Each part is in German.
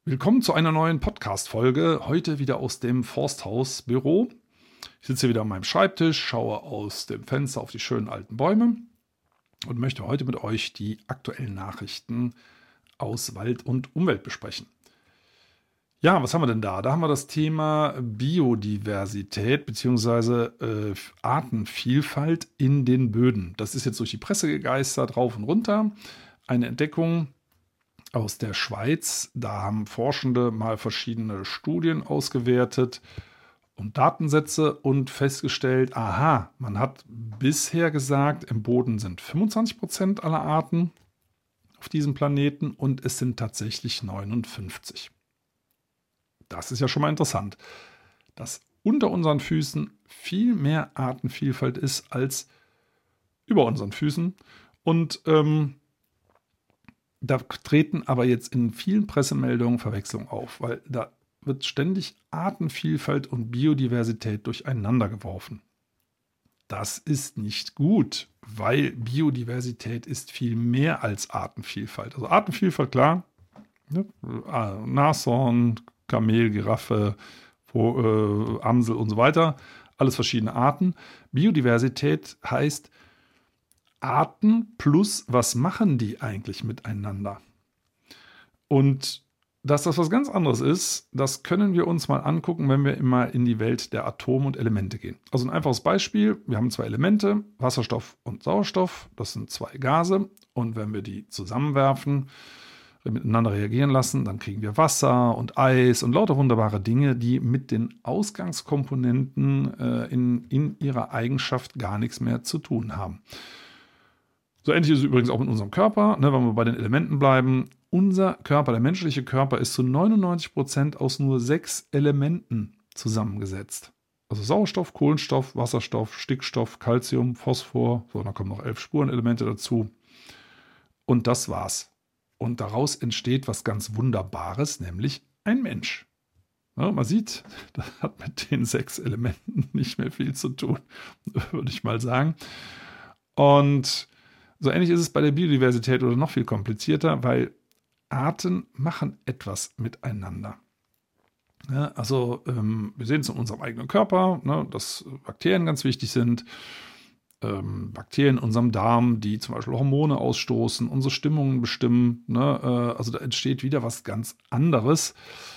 Willkommen zu einer neuen Podcast-Folge, heute wieder aus dem Forsthausbüro. Ich sitze hier wieder an meinem Schreibtisch, schaue aus dem Fenster auf die schönen alten Bäume und möchte heute mit euch die aktuellen Nachrichten aus Wald und Umwelt besprechen. Ja, was haben wir denn da? Da haben wir das Thema Biodiversität bzw. Artenvielfalt in den Böden. Das ist jetzt durch die Presse gegeistert, rauf und runter. Eine Entdeckung aus der Schweiz. Da haben Forschende mal verschiedene Studien ausgewertet und Datensätze und festgestellt, aha, man hat bisher gesagt, im Boden sind 25% aller Arten auf diesem Planeten und es sind tatsächlich 59. Das ist ja schon mal interessant, dass unter unseren Füßen viel mehr Artenvielfalt ist als über unseren Füßen. Und da treten aber jetzt in vielen Pressemeldungen Verwechslungen auf, weil da wird ständig Artenvielfalt und Biodiversität durcheinander geworfen. Das ist nicht gut, weil Biodiversität ist viel mehr als Artenvielfalt. Also Artenvielfalt, klar, ne? Nashorn, Kamel, Giraffe, Amsel und so weiter, alles verschiedene Arten. Biodiversität heißt Arten plus, was machen die eigentlich miteinander? Und dass das was ganz anderes ist, das können wir uns mal angucken, wenn wir immer in die Welt der Atome und Elemente gehen. Also ein einfaches Beispiel, wir haben zwei Elemente, Wasserstoff und Sauerstoff, das sind zwei Gase und wenn wir die zusammenwerfen, miteinander reagieren lassen, dann kriegen wir Wasser und Eis und lauter wunderbare Dinge, die mit den Ausgangskomponenten in ihrer Eigenschaft gar nichts mehr zu tun haben. So ähnlich ist es übrigens auch mit unserem Körper, wenn wir bei den Elementen bleiben. Unser Körper, der menschliche Körper, ist zu 99% aus nur 6 Elementen zusammengesetzt. Also Sauerstoff, Kohlenstoff, Wasserstoff, Stickstoff, Calcium, Phosphor, so, dann kommen noch 11 Spurenelemente dazu. Und das war's. Und daraus entsteht was ganz Wunderbares, nämlich ein Mensch. Ja, man sieht, das hat mit den 6 Elementen nicht mehr viel zu tun, würde ich mal sagen. Und so ähnlich ist es bei der Biodiversität oder noch viel komplizierter, weil Arten machen etwas miteinander. Ja, also wir sehen es in unserem eigenen Körper, dass Bakterien ganz wichtig sind. Bakterien in unserem Darm, die zum Beispiel Hormone ausstoßen, unsere Stimmungen bestimmen. Also da entsteht wieder was ganz anderes.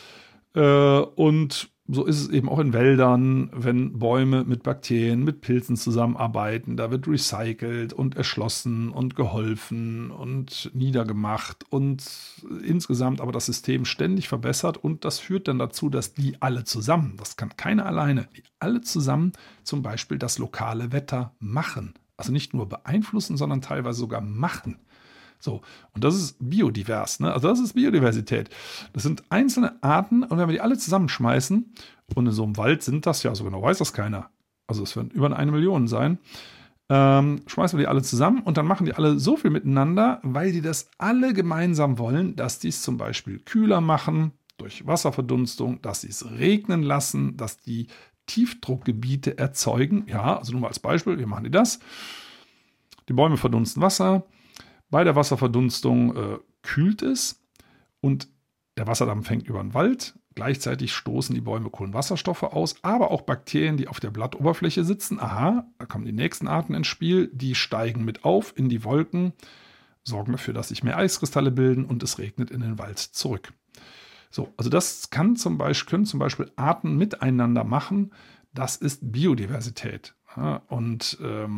Und so ist es eben auch in Wäldern, wenn Bäume mit Bakterien, mit Pilzen zusammenarbeiten. Da wird recycelt und erschlossen und geholfen und niedergemacht und insgesamt aber das System ständig verbessert. Und das führt dann dazu, dass die alle zusammen, das kann keiner alleine, die alle zusammen zum Beispiel das lokale Wetter machen. Also nicht nur beeinflussen, sondern teilweise sogar machen. So, und das ist biodivers, Also das ist Biodiversität. Das sind einzelne Arten und wenn wir die alle zusammenschmeißen, und in so einem Wald sind das ja, so genau weiß das keiner, also es werden über 1 Million sein, schmeißen wir die alle zusammen und dann machen die alle so viel miteinander, weil die das alle gemeinsam wollen, dass die es zum Beispiel kühler machen, durch Wasserverdunstung, dass sie es regnen lassen, dass die Tiefdruckgebiete erzeugen. Ja, also nur mal als Beispiel, wie machen die das? Die Bäume verdunsten Wasser. Bei der Wasserverdunstung kühlt es und der Wasserdampf fängt über den Wald. Gleichzeitig stoßen die Bäume Kohlenwasserstoffe aus, aber auch Bakterien, die auf der Blattoberfläche sitzen. Aha, da kommen die nächsten Arten ins Spiel. Die steigen mit auf in die Wolken, sorgen dafür, dass sich mehr Eiskristalle bilden und es regnet in den Wald zurück. So, also das können zum Beispiel Arten miteinander machen. Das ist Biodiversität. Ja, und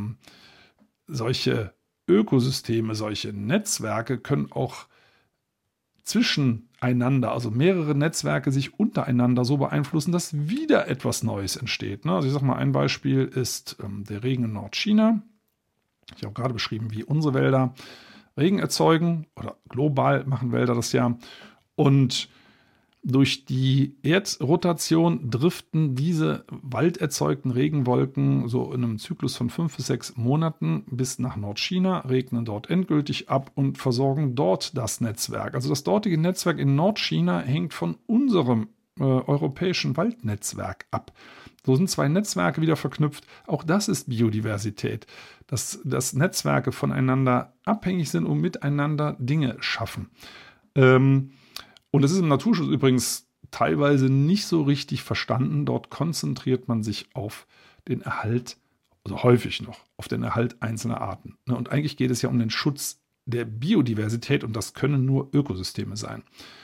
solche Ökosysteme, solche Netzwerke können auch zwischeneinander, also mehrere Netzwerke sich untereinander so beeinflussen, dass wieder etwas Neues entsteht. Also ich sage mal, ein Beispiel ist der Regen in Nordchina. Ich habe gerade beschrieben, wie unsere Wälder Regen erzeugen oder global machen Wälder das ja. Und durch die Erdrotation driften diese walderzeugten Regenwolken so in einem Zyklus von 5 bis 6 Monaten bis nach Nordchina, regnen dort endgültig ab und versorgen dort das Netzwerk. Also das dortige Netzwerk in Nordchina hängt von unserem europäischen Waldnetzwerk ab. So sind 2 Netzwerke wieder verknüpft. Auch das ist Biodiversität, dass Netzwerke voneinander abhängig sind und miteinander Dinge schaffen. Und das ist im Naturschutz übrigens teilweise nicht so richtig verstanden. Dort konzentriert man sich auf den Erhalt, also häufig noch, auf den Erhalt einzelner Arten. Und eigentlich geht es ja um den Schutz der Biodiversität und das können nur Ökosysteme sein.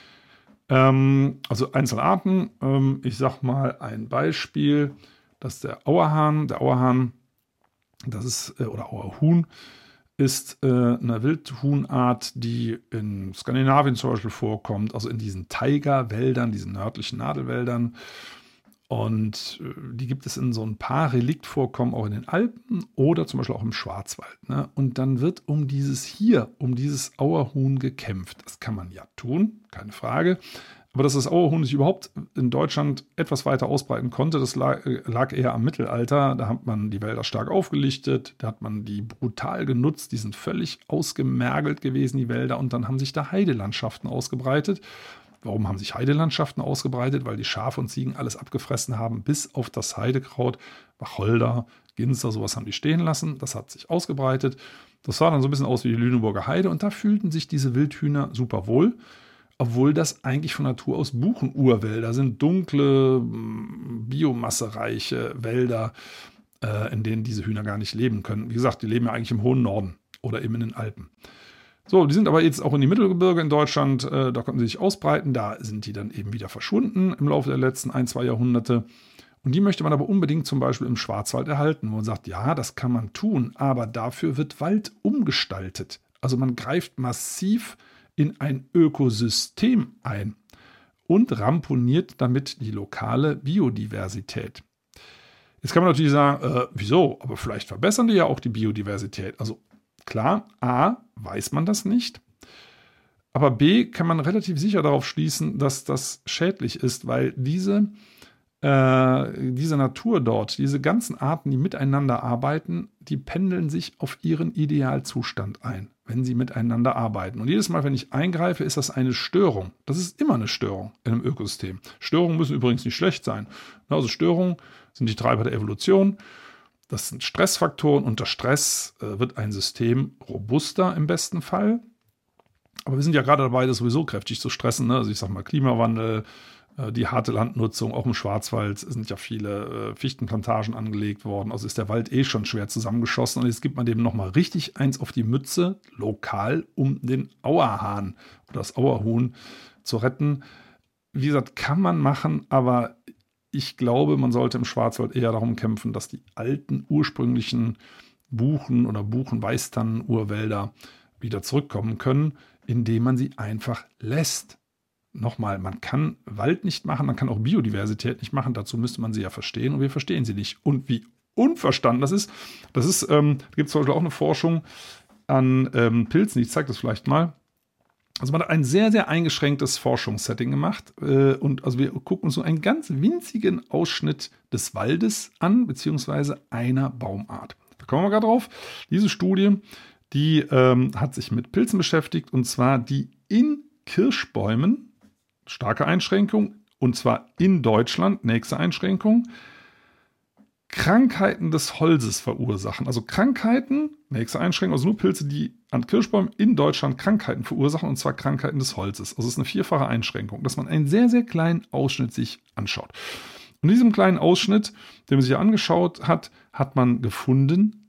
Also einzelne Arten, ich sage mal ein Beispiel, das ist der Auerhahn. Der Auerhahn, das ist, oder Auerhuhn, ist eine Wildhuhnart, die in Skandinavien zum Beispiel vorkommt, also in diesen Taiga-Wäldern, diesen nördlichen Nadelwäldern. Und die gibt es in so ein paar Reliktvorkommen auch in den Alpen oder zum Beispiel auch im Schwarzwald. Ne? Und dann wird um dieses Auerhuhn gekämpft. Das kann man ja tun, keine Frage. Aber dass das Auerhuhn sich überhaupt in Deutschland etwas weiter ausbreiten konnte, das lag eher am Mittelalter. Da hat man die Wälder stark aufgelichtet, da hat man die brutal genutzt, die sind völlig ausgemergelt gewesen, die Wälder. Und dann haben sich da Heidelandschaften ausgebreitet. Warum haben sich Heidelandschaften ausgebreitet? Weil die Schafe und Ziegen alles abgefressen haben, bis auf das Heidekraut, Wacholder, Ginster, sowas haben die stehen lassen. Das hat sich ausgebreitet. Das sah dann so ein bisschen aus wie die Lüneburger Heide und da fühlten sich diese Wildhühner super wohl. Obwohl das eigentlich von Natur aus Buchenurwälder sind, dunkle, biomassereiche Wälder, in denen diese Hühner gar nicht leben können. Wie gesagt, die leben ja eigentlich im hohen Norden oder eben in den Alpen. So, die sind aber jetzt auch in die Mittelgebirge in Deutschland, da konnten sie sich ausbreiten, da sind die dann eben wieder verschwunden im Laufe der letzten 1-2 Jahrhunderte. Und die möchte man aber unbedingt zum Beispiel im Schwarzwald erhalten, wo man sagt, ja, das kann man tun, aber dafür wird Wald umgestaltet. Also man greift massiv in ein Ökosystem ein und ramponiert damit die lokale Biodiversität. Jetzt kann man natürlich sagen, wieso? Aber vielleicht verbessern die ja auch die Biodiversität. Also klar, A, weiß man das nicht, aber B, kann man relativ sicher darauf schließen, dass das schädlich ist, weil diese Natur dort, diese ganzen Arten, die miteinander arbeiten, die pendeln sich auf ihren Idealzustand ein, wenn sie miteinander arbeiten. Und jedes Mal, wenn ich eingreife, ist das eine Störung. Das ist immer eine Störung in einem Ökosystem. Störungen müssen übrigens nicht schlecht sein. Also Störungen sind die Treiber der Evolution. Das sind Stressfaktoren. Unter Stress wird ein System robuster im besten Fall. Aber wir sind ja gerade dabei, das sowieso kräftig zu stressen. Ne? Also ich sage mal Klimawandel, die harte Landnutzung, auch im Schwarzwald sind ja viele Fichtenplantagen angelegt worden. Also ist der Wald schon schwer zusammengeschossen. Und jetzt gibt man dem nochmal richtig eins auf die Mütze, lokal, um den Auerhahn oder das Auerhuhn zu retten. Wie gesagt, kann man machen, aber ich glaube, man sollte im Schwarzwald eher darum kämpfen, dass die alten, ursprünglichen Buchen- oder Buchen-Weißtannen-Urwälder wieder zurückkommen können, indem man sie einfach lässt. Nochmal, man kann Wald nicht machen, man kann auch Biodiversität nicht machen, dazu müsste man sie ja verstehen und wir verstehen sie nicht. Und wie unverstanden das ist, da gibt es zum Beispiel auch eine Forschung an Pilzen, ich zeige das vielleicht mal. Also man hat ein sehr, sehr eingeschränktes Forschungssetting gemacht und also wir gucken uns so einen ganz winzigen Ausschnitt des Waldes an, beziehungsweise einer Baumart. Da kommen wir gerade drauf. Diese Studie, die hat sich mit Pilzen beschäftigt und zwar die in Kirschbäumen, starke Einschränkung, und zwar in Deutschland, nächste Einschränkung, Krankheiten des Holzes verursachen. Also Krankheiten, nächste Einschränkung, also nur Pilze, die an Kirschbäumen in Deutschland Krankheiten verursachen, und zwar Krankheiten des Holzes. Also es ist eine 4-fache Einschränkung, dass man einen sehr, sehr kleinen Ausschnitt sich anschaut. Und in diesem kleinen Ausschnitt, den man sich angeschaut hat, hat man gefunden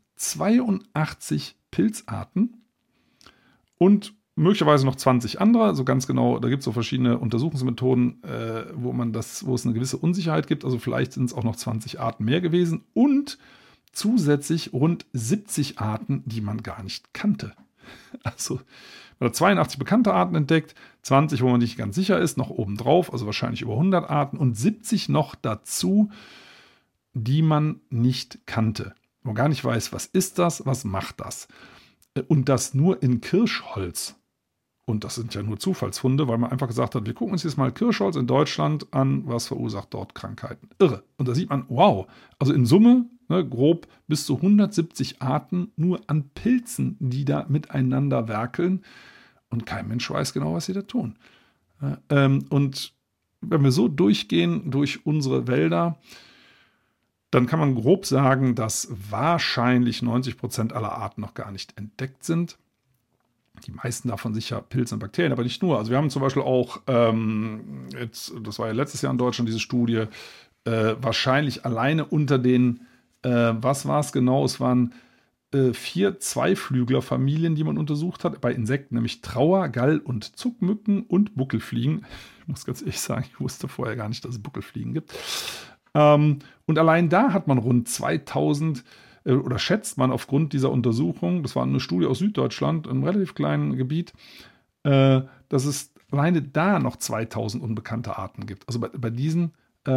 82 Pilzarten und möglicherweise noch 20 andere, also ganz genau, da gibt es so verschiedene Untersuchungsmethoden, wo es eine gewisse Unsicherheit gibt, also vielleicht sind es auch noch 20 Arten mehr gewesen und zusätzlich rund 70 Arten, die man gar nicht kannte. Also man hat 82 bekannte Arten entdeckt, 20, wo man nicht ganz sicher ist, noch obendrauf, also wahrscheinlich über 100 Arten und 70 noch dazu, die man nicht kannte. Wo man gar nicht weiß, was ist das, was macht das? Und das nur in Kirschholz. Und das sind ja nur Zufallsfunde, weil man einfach gesagt hat, wir gucken uns jetzt mal Kirschholz in Deutschland an, was verursacht dort Krankheiten. Irre. Und da sieht man, wow, also in Summe, grob bis zu 170 Arten nur an Pilzen, die da miteinander werkeln. Und kein Mensch weiß genau, was sie da tun. Und wenn wir so durchgehen durch unsere Wälder, dann kann man grob sagen, dass wahrscheinlich 90% aller Arten noch gar nicht entdeckt sind. Die meisten davon sicher Pilze und Bakterien, aber nicht nur. Also wir haben zum Beispiel auch, das war ja letztes Jahr in Deutschland diese Studie, wahrscheinlich alleine unter den, was war es genau? Es waren 4 Zweiflüglerfamilien, die man untersucht hat, bei Insekten, nämlich Trauer-, Gall- und Zuckmücken und Buckelfliegen. Ich muss ganz ehrlich sagen, ich wusste vorher gar nicht, dass es Buckelfliegen gibt. Und allein da hat man rund 2000 oder schätzt man aufgrund dieser Untersuchung, das war eine Studie aus Süddeutschland, in einem relativ kleinen Gebiet, dass es alleine da noch 2000 unbekannte Arten gibt. Also bei diesen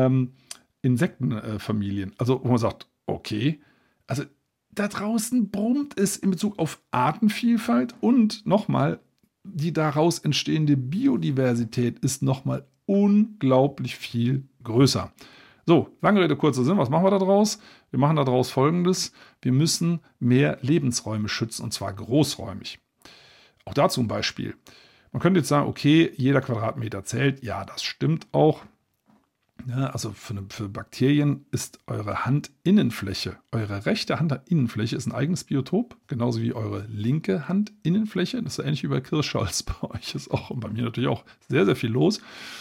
Insektenfamilien. Also wo man sagt, okay, also da draußen brummt es in Bezug auf Artenvielfalt und nochmal, die daraus entstehende Biodiversität ist nochmal unglaublich viel größer. So, lange Rede, kurzer Sinn, was machen wir da draus? Wir machen daraus Folgendes: Wir müssen mehr Lebensräume schützen, und zwar großräumig. Auch dazu ein Beispiel. Man könnte jetzt sagen, okay, jeder Quadratmeter zählt. Ja, das stimmt auch. Ja, also für Bakterien ist eure Handinnenfläche, eure rechte Handinnenfläche ist ein eigenes Biotop, genauso wie eure linke Handinnenfläche. Das ist ähnlich wie bei Kirschholz. Bei euch ist auch und bei mir natürlich auch sehr, sehr viel los.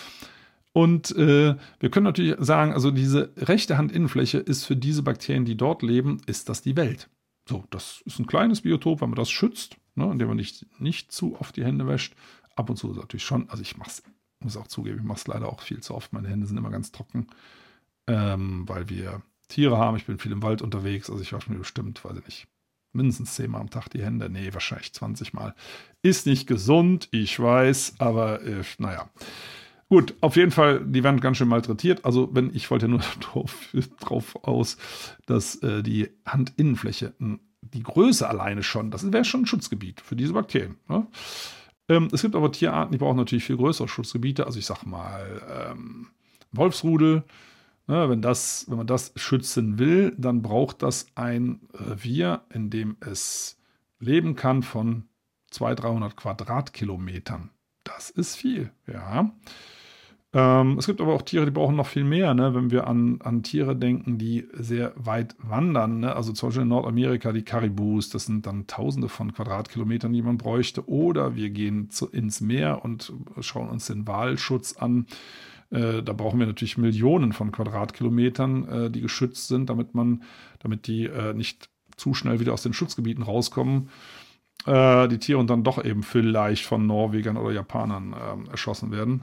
Und wir können natürlich sagen, also diese rechte Handinnenfläche ist für diese Bakterien, die dort leben, ist das die Welt. So, das ist ein kleines Biotop, wenn man das schützt, ne, indem man nicht zu oft die Hände wäscht. Ab und zu natürlich schon. Also ich muss auch zugeben, ich mache es leider auch viel zu oft. Meine Hände sind immer ganz trocken, weil wir Tiere haben. Ich bin viel im Wald unterwegs. Also ich wasche mir bestimmt, weiß ich nicht, mindestens 10 Mal am Tag die Hände. Nee, wahrscheinlich 20 Mal. Ist nicht gesund, ich weiß, aber naja. Gut, auf jeden Fall, die werden ganz schön malträtiert. Also ich wollte nur drauf aus, dass die Handinnenfläche, die Größe alleine schon, das wäre schon ein Schutzgebiet für diese Bakterien. Ne? Es gibt aber Tierarten, die brauchen natürlich viel größere Schutzgebiete. Also ich sag mal, Wolfsrudel, ne, wenn man das schützen will, dann braucht das ein Revier, in dem es leben kann von 200-300 Quadratkilometern. Das ist viel, ja. Es gibt aber auch Tiere, die brauchen noch viel mehr, ne? Wenn wir an Tiere denken, die sehr weit wandern. Ne? Also zum Beispiel in Nordamerika die Karibus, das sind dann Tausende von Quadratkilometern, die man bräuchte. Oder wir gehen ins Meer und schauen uns den Walschutz an. Da brauchen wir natürlich Millionen von Quadratkilometern, die geschützt sind, damit die nicht zu schnell wieder aus den Schutzgebieten rauskommen. Die Tiere und dann doch eben vielleicht von Norwegern oder Japanern erschossen werden.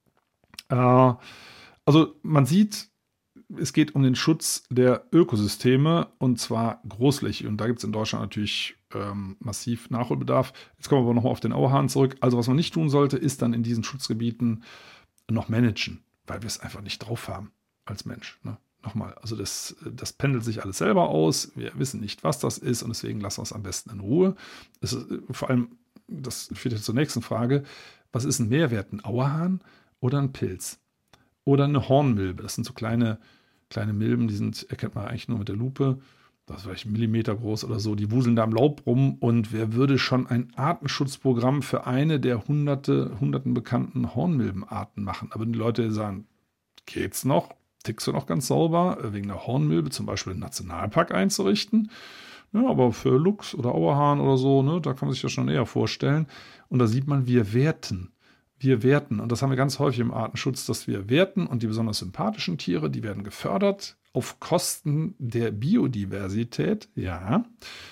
Also man sieht, es geht um den Schutz der Ökosysteme und zwar großflächig. Und da gibt es in Deutschland natürlich massiv Nachholbedarf. Jetzt kommen wir aber nochmal auf den Auerhahn zurück. Also was man nicht tun sollte, ist dann in diesen Schutzgebieten noch managen, weil wir es einfach nicht drauf haben als Mensch. Ne? Nochmal, also das pendelt sich alles selber aus. Wir wissen nicht, was das ist und deswegen lassen wir es am besten in Ruhe. Es ist, vor allem, das führt jetzt zur nächsten Frage, was ist ein Mehrwert, ein Auerhahn oder ein Pilz? Oder eine Hornmilbe? Das sind so kleine Milben, die erkennt man eigentlich nur mit der Lupe. Das ist vielleicht 1 Millimeter groß oder so. Die wuseln da im Laub rum und wer würde schon ein Artenschutzprogramm für eine der hunderten bekannten Hornmilbenarten machen? Aber die Leute sagen, geht's noch? Tickst du noch ganz sauber, wegen der Hornmilbe zum Beispiel einen Nationalpark einzurichten? Ja, aber für Luchs oder Auerhahn oder so, ne, da kann man sich das schon eher vorstellen. Und da sieht man, wir werten. Und das haben wir ganz häufig im Artenschutz, dass wir werten und die besonders sympathischen Tiere, die werden gefördert auf Kosten der Biodiversität, ja.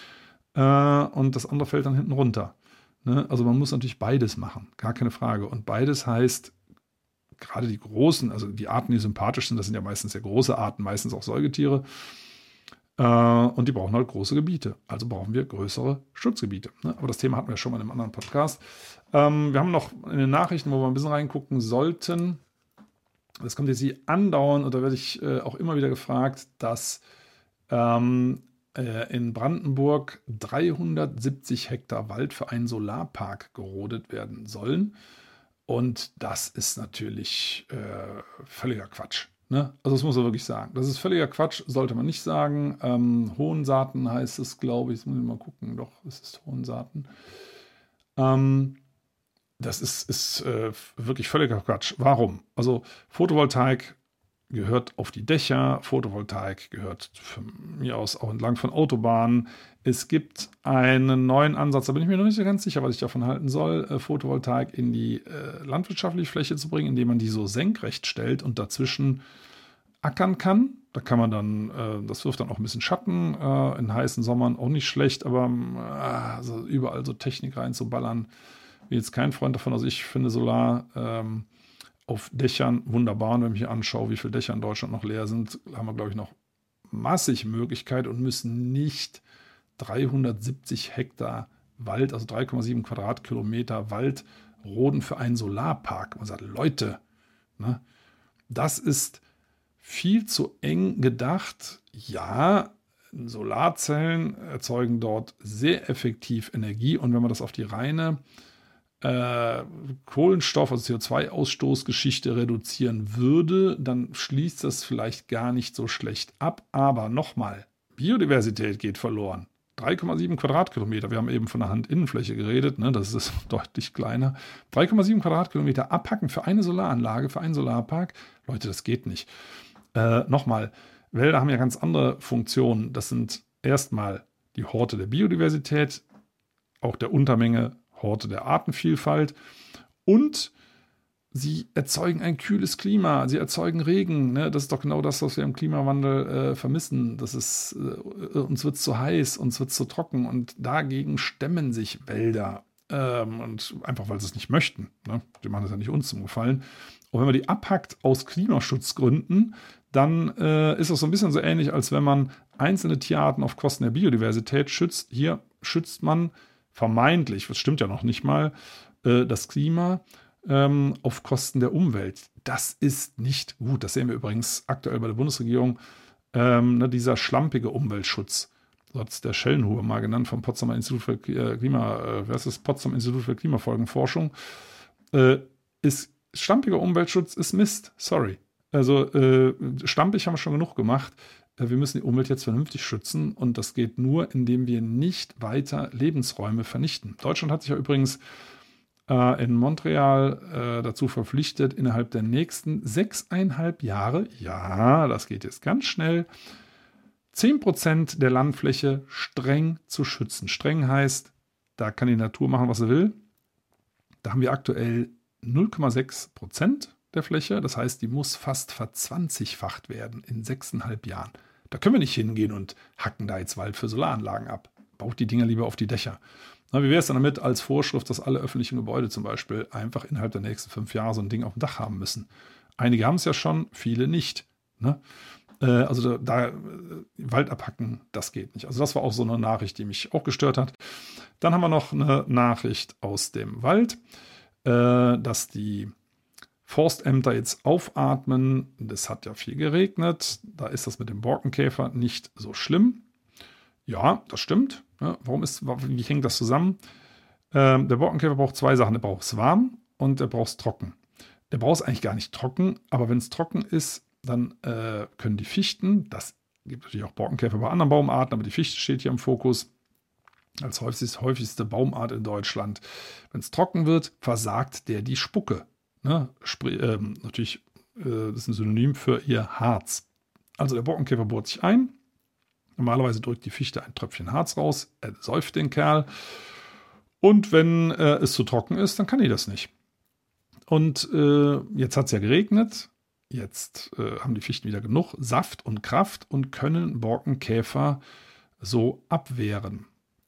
Und das andere fällt dann hinten runter. Ne? Also man muss natürlich beides machen, gar keine Frage. Und beides heißt, gerade die großen, also die Arten, die sympathisch sind, das sind ja meistens sehr große Arten, meistens auch Säugetiere. Und die brauchen halt große Gebiete. Also brauchen wir größere Schutzgebiete. Ne? Aber das Thema hatten wir schon mal in einem anderen Podcast. Wir haben noch in den Nachrichten, wo wir ein bisschen reingucken sollten. Das kommt jetzt hier andauernd und da werde ich auch immer wieder gefragt, dass in Brandenburg 370 Hektar Wald für einen Solarpark gerodet werden sollen. Und das ist natürlich völliger Quatsch. Ne? Also das muss man wirklich sagen. Das ist völliger Quatsch, sollte man nicht sagen. Hohensaaten heißt es, glaube ich. Jetzt muss ich mal gucken. Doch, es ist Hohensaaten. Das ist wirklich völliger Quatsch. Warum? Also Photovoltaik gehört auf die Dächer, Photovoltaik gehört von mir aus auch entlang von Autobahnen. Es gibt einen neuen Ansatz, da bin ich mir noch nicht so ganz sicher, was ich davon halten soll, Photovoltaik in die landwirtschaftliche Fläche zu bringen, indem man die so senkrecht stellt und dazwischen ackern kann. Da kann man dann, das wirft dann auch ein bisschen Schatten, in heißen Sommern auch nicht schlecht, aber also überall so Technik reinzuballern, bin jetzt kein Freund davon. Also ich finde Solar auf Dächern wunderbar. Und wenn ich mir anschaue, wie viele Dächer in Deutschland noch leer sind, haben wir, glaube ich, noch massig Möglichkeit und müssen nicht 370 Hektar Wald, also 3,7 Quadratkilometer Wald roden für einen Solarpark. Man sagt, Leute, ne, das ist viel zu eng gedacht. Ja, Solarzellen erzeugen dort sehr effektiv Energie. Und wenn man das auf die reine Kohlenstoff, also CO2-Ausstoßgeschichte reduzieren würde, dann schließt das vielleicht gar nicht so schlecht ab. Aber nochmal, Biodiversität geht verloren. 3,7 Quadratkilometer, wir haben eben von der Handinnenfläche geredet, ne, das ist deutlich kleiner. 3,7 Quadratkilometer abhacken für eine Solaranlage, für einen Solarpark. Leute, das geht nicht. Nochmal, Wälder haben ja ganz andere Funktionen. Das sind erstmal die Horte der Biodiversität, auch der Untermenge Horte der Artenvielfalt, und sie erzeugen ein kühles Klima, sie erzeugen Regen. Ne? Das ist doch genau das, was wir im Klimawandel vermissen. Uns wird es zu heiß, uns wird es zu trocken, und dagegen stemmen sich Wälder. Und einfach, weil sie es nicht möchten. Ne? Die machen es ja nicht uns zum Gefallen. Und wenn man die abhackt aus Klimaschutzgründen, dann ist das so ein bisschen so ähnlich, als wenn man einzelne Tierarten auf Kosten der Biodiversität schützt. Hier schützt man vermeintlich, das stimmt ja noch nicht mal, das Klima auf Kosten der Umwelt. Das ist nicht gut. Das sehen wir übrigens aktuell bei der Bundesregierung. Dieser schlampige Umweltschutz, so hat es der Schellenhuber mal genannt, vom Potsdamer Institut für Potsdam Institut für Klimafolgenforschung, schlampiger Umweltschutz ist Mist. Sorry. Also schlampig haben wir schon genug gemacht. Wir müssen die Umwelt jetzt vernünftig schützen, und das geht nur, indem wir nicht weiter Lebensräume vernichten. Deutschland hat sich ja übrigens in Montreal dazu verpflichtet, innerhalb der nächsten 6,5 Jahre, ja, das geht jetzt ganz schnell, 10% der Landfläche streng zu schützen. Streng heißt, da kann die Natur machen, was sie will. Da haben wir aktuell 0,6% der Fläche. Das heißt, die muss fast verzwanzigfacht werden in 6,5 Jahren. Da können wir nicht hingehen und hacken da jetzt Wald für Solaranlagen ab. Baut die Dinger lieber auf die Dächer. Na, wie wäre es dann damit als Vorschrift, dass alle öffentlichen Gebäude zum Beispiel einfach innerhalb der nächsten 5 Jahre so ein Ding auf dem Dach haben müssen? Einige haben es ja schon, viele nicht. Ne? Also Wald abhacken, das geht nicht. Also das war auch so eine Nachricht, die mich auch gestört hat. Dann haben wir noch eine Nachricht aus dem Wald, dass die Forstämter jetzt aufatmen. Das hat ja viel geregnet. Da ist das mit dem Borkenkäfer nicht so schlimm. Ja, das stimmt. Ja, wie hängt das zusammen? Der Borkenkäfer braucht 2 Sachen. Der braucht es warm und der braucht es trocken. Der braucht es eigentlich gar nicht trocken, aber wenn es trocken ist, dann können die Fichten, das gibt natürlich auch Borkenkäfer bei anderen Baumarten, aber die Fichte steht hier im Fokus als häufigste Baumart in Deutschland. Wenn es trocken wird, versagt der die Spucke. Ne? Natürlich, das ist ein Synonym für ihr Harz. Also der Borkenkäfer bohrt sich ein. Normalerweise drückt die Fichte ein Tröpfchen Harz raus, er säuft den Kerl. Und wenn es zu trocken ist, dann kann die das nicht. Und jetzt hat es ja geregnet. Jetzt haben die Fichten wieder genug Saft und Kraft und können Borkenkäfer so abwehren.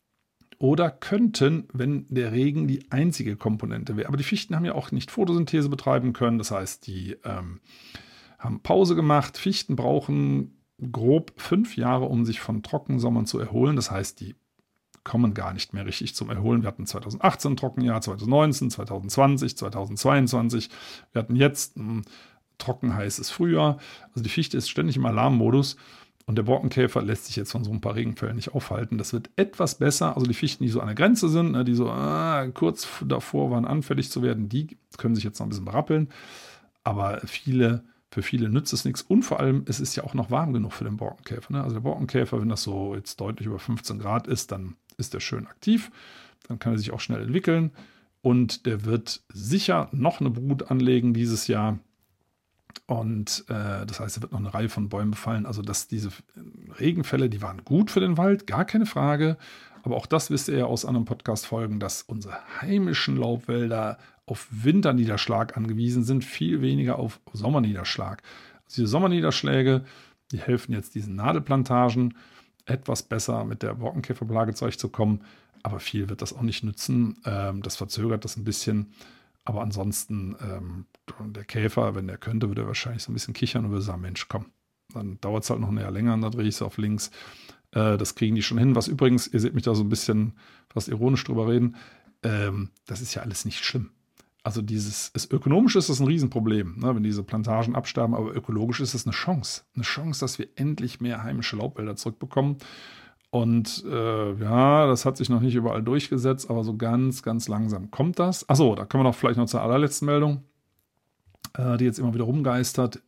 Oder könnten, wenn der Regen die einzige Komponente wäre. Aber die Fichten haben ja auch nicht Photosynthese betreiben können. Das heißt, die haben Pause gemacht. Fichten brauchen grob 5 Jahre, um sich von Trockensommern zu erholen. Das heißt, die kommen gar nicht mehr richtig zum Erholen. Wir hatten 2018 ein Trockenjahr, 2019, 2020, 2022. Wir hatten jetzt ein trockenheißes Frühjahr. Also die Fichte ist ständig im Alarmmodus. Und der Borkenkäfer lässt sich jetzt von so ein paar Regenfällen nicht aufhalten. Das wird etwas besser. Also die Fichten, die so an der Grenze sind, die so kurz davor waren, anfällig zu werden, die können sich jetzt noch ein bisschen berappeln. Aber für viele nützt es nichts. Und vor allem, es ist ja auch noch warm genug für den Borkenkäfer. Ne? Also der Borkenkäfer, wenn das so jetzt deutlich über 15 Grad ist, dann ist der schön aktiv. Dann kann er sich auch schnell entwickeln. Und der wird sicher noch eine Brut anlegen dieses Jahr. Und das heißt, es wird noch eine Reihe von Bäumen befallen. Also dass diese Regenfälle, die waren gut für den Wald, gar keine Frage. Aber auch das wisst ihr ja aus anderen Podcast-Folgen, dass unsere heimischen Laubwälder auf Winterniederschlag angewiesen sind, viel weniger auf Sommerniederschlag. Also diese Sommerniederschläge, die helfen jetzt diesen Nadelplantagen etwas besser mit der Borkenkäferplage zurechtzukommen. Aber viel wird das auch nicht nützen. Das verzögert das ein bisschen. Aber ansonsten, der Käfer, wenn der könnte, würde er wahrscheinlich so ein bisschen kichern und würde sagen, Mensch, komm, dann dauert es halt noch ein Jahr länger und dann drehe ich es auf links. Das kriegen die schon hin. Was übrigens, ihr seht mich da so ein bisschen fast ironisch drüber reden, das ist ja alles nicht schlimm. Also ökonomisch ist das ein Riesenproblem, ne, wenn diese Plantagen absterben, aber ökologisch ist es eine Chance. Eine Chance, dass wir endlich mehr heimische Laubwälder zurückbekommen. Und das hat sich noch nicht überall durchgesetzt, aber so ganz, ganz langsam kommt das. Achso, da kommen wir vielleicht noch zur allerletzten Meldung, die jetzt immer wieder rumgeistert.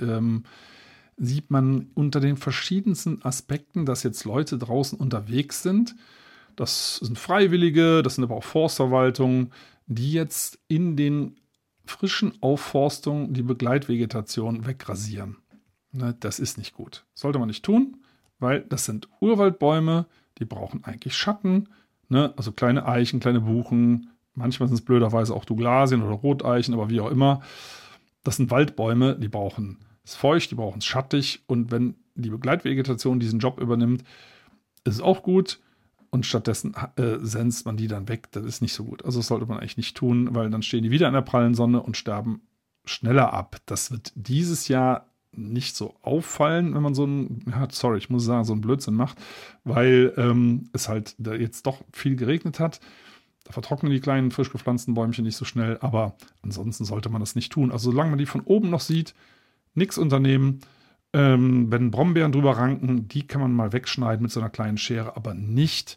Sieht man unter den verschiedensten Aspekten, dass jetzt Leute draußen unterwegs sind. Das sind Freiwillige, das sind aber auch Forstverwaltungen, die jetzt in den frischen Aufforstungen die Begleitvegetation wegrasieren. Ne, das ist nicht gut. Sollte man nicht tun, weil das sind Urwaldbäume, die brauchen eigentlich Schatten. Ne? Also kleine Eichen, kleine Buchen, manchmal sind es blöderweise auch Douglasien oder Roteichen, aber wie auch immer. Das sind Waldbäume, die brauchen es feucht, die brauchen es schattig. Und wenn die Begleitvegetation diesen Job übernimmt, ist es auch gut. Und stattdessen senzt man die dann weg. Das ist nicht so gut. Also das sollte man eigentlich nicht tun, weil dann stehen die wieder in der prallen Sonne und sterben schneller ab. Das wird dieses Jahr nicht so auffallen, wenn man so einen Blödsinn macht, weil es halt da jetzt doch viel geregnet hat. Da vertrocknen die kleinen, frisch gepflanzten Bäumchen nicht so schnell, aber ansonsten sollte man das nicht tun. Also solange man die von oben noch sieht, nichts unternehmen. Wenn Brombeeren drüber ranken, die kann man mal wegschneiden mit so einer kleinen Schere, aber nicht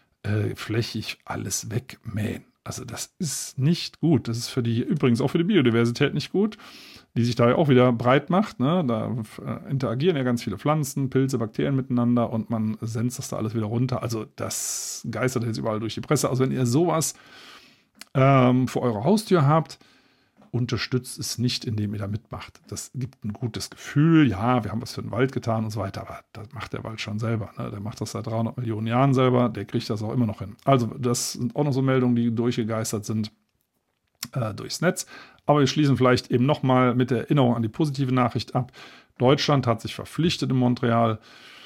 flächig alles wegmähen. Also das ist nicht gut. Das ist übrigens auch für die Biodiversität nicht gut, die sich da ja auch wieder breit macht. Ne? Da interagieren ja ganz viele Pflanzen, Pilze, Bakterien miteinander und man senzt das da alles wieder runter. Also das geistert jetzt überall durch die Presse. Also wenn ihr sowas vor eurer Haustür habt, unterstützt es nicht, indem ihr da mitmacht. Das gibt ein gutes Gefühl, ja, wir haben was für den Wald getan und so weiter, aber das macht der Wald schon selber. Ne? Der macht das seit 300 Millionen Jahren selber, der kriegt das auch immer noch hin. Also das sind auch noch so Meldungen, die durchgegeistert sind durchs Netz. Aber wir schließen vielleicht eben nochmal mit der Erinnerung an die positive Nachricht ab. Deutschland hat sich verpflichtet in Montreal,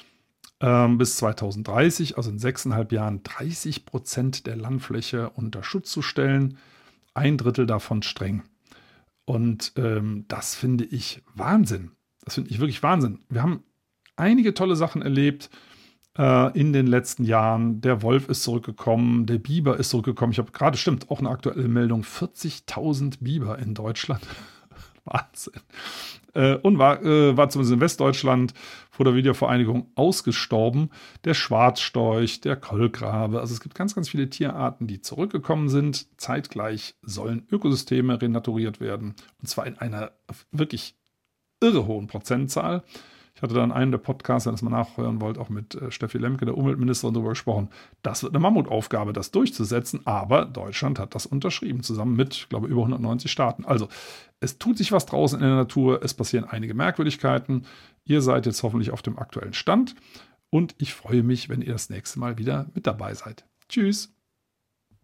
bis 2030, also in 6,5 Jahren, 30% der Landfläche unter Schutz zu stellen. 1/3 davon streng. Und das finde ich Wahnsinn. Das finde ich wirklich Wahnsinn. Wir haben einige tolle Sachen erlebt in den letzten Jahren. Der Wolf ist zurückgekommen, der Biber ist zurückgekommen. Ich habe gerade, auch eine aktuelle Meldung, 40.000 Biber in Deutschland. Wahnsinn. Und war zumindest in Westdeutschland vor der Wiedervereinigung ausgestorben. Der Schwarzstorch, der Kolkrabe. Also es gibt ganz, ganz viele Tierarten, die zurückgekommen sind. Zeitgleich sollen Ökosysteme renaturiert werden. Und zwar in einer wirklich irre hohen Prozentzahl. Ich hatte da in einem der Podcasts, wenn ihr das mal nachhören wollt, auch mit Steffi Lemke, der Umweltministerin, darüber gesprochen. Das wird eine Mammutaufgabe, das durchzusetzen. Aber Deutschland hat das unterschrieben, zusammen mit, glaube ich, über 190 Staaten. Also es tut sich was draußen in der Natur. Es passieren einige Merkwürdigkeiten. Ihr seid jetzt hoffentlich auf dem aktuellen Stand. Und ich freue mich, wenn ihr das nächste Mal wieder mit dabei seid. Tschüss.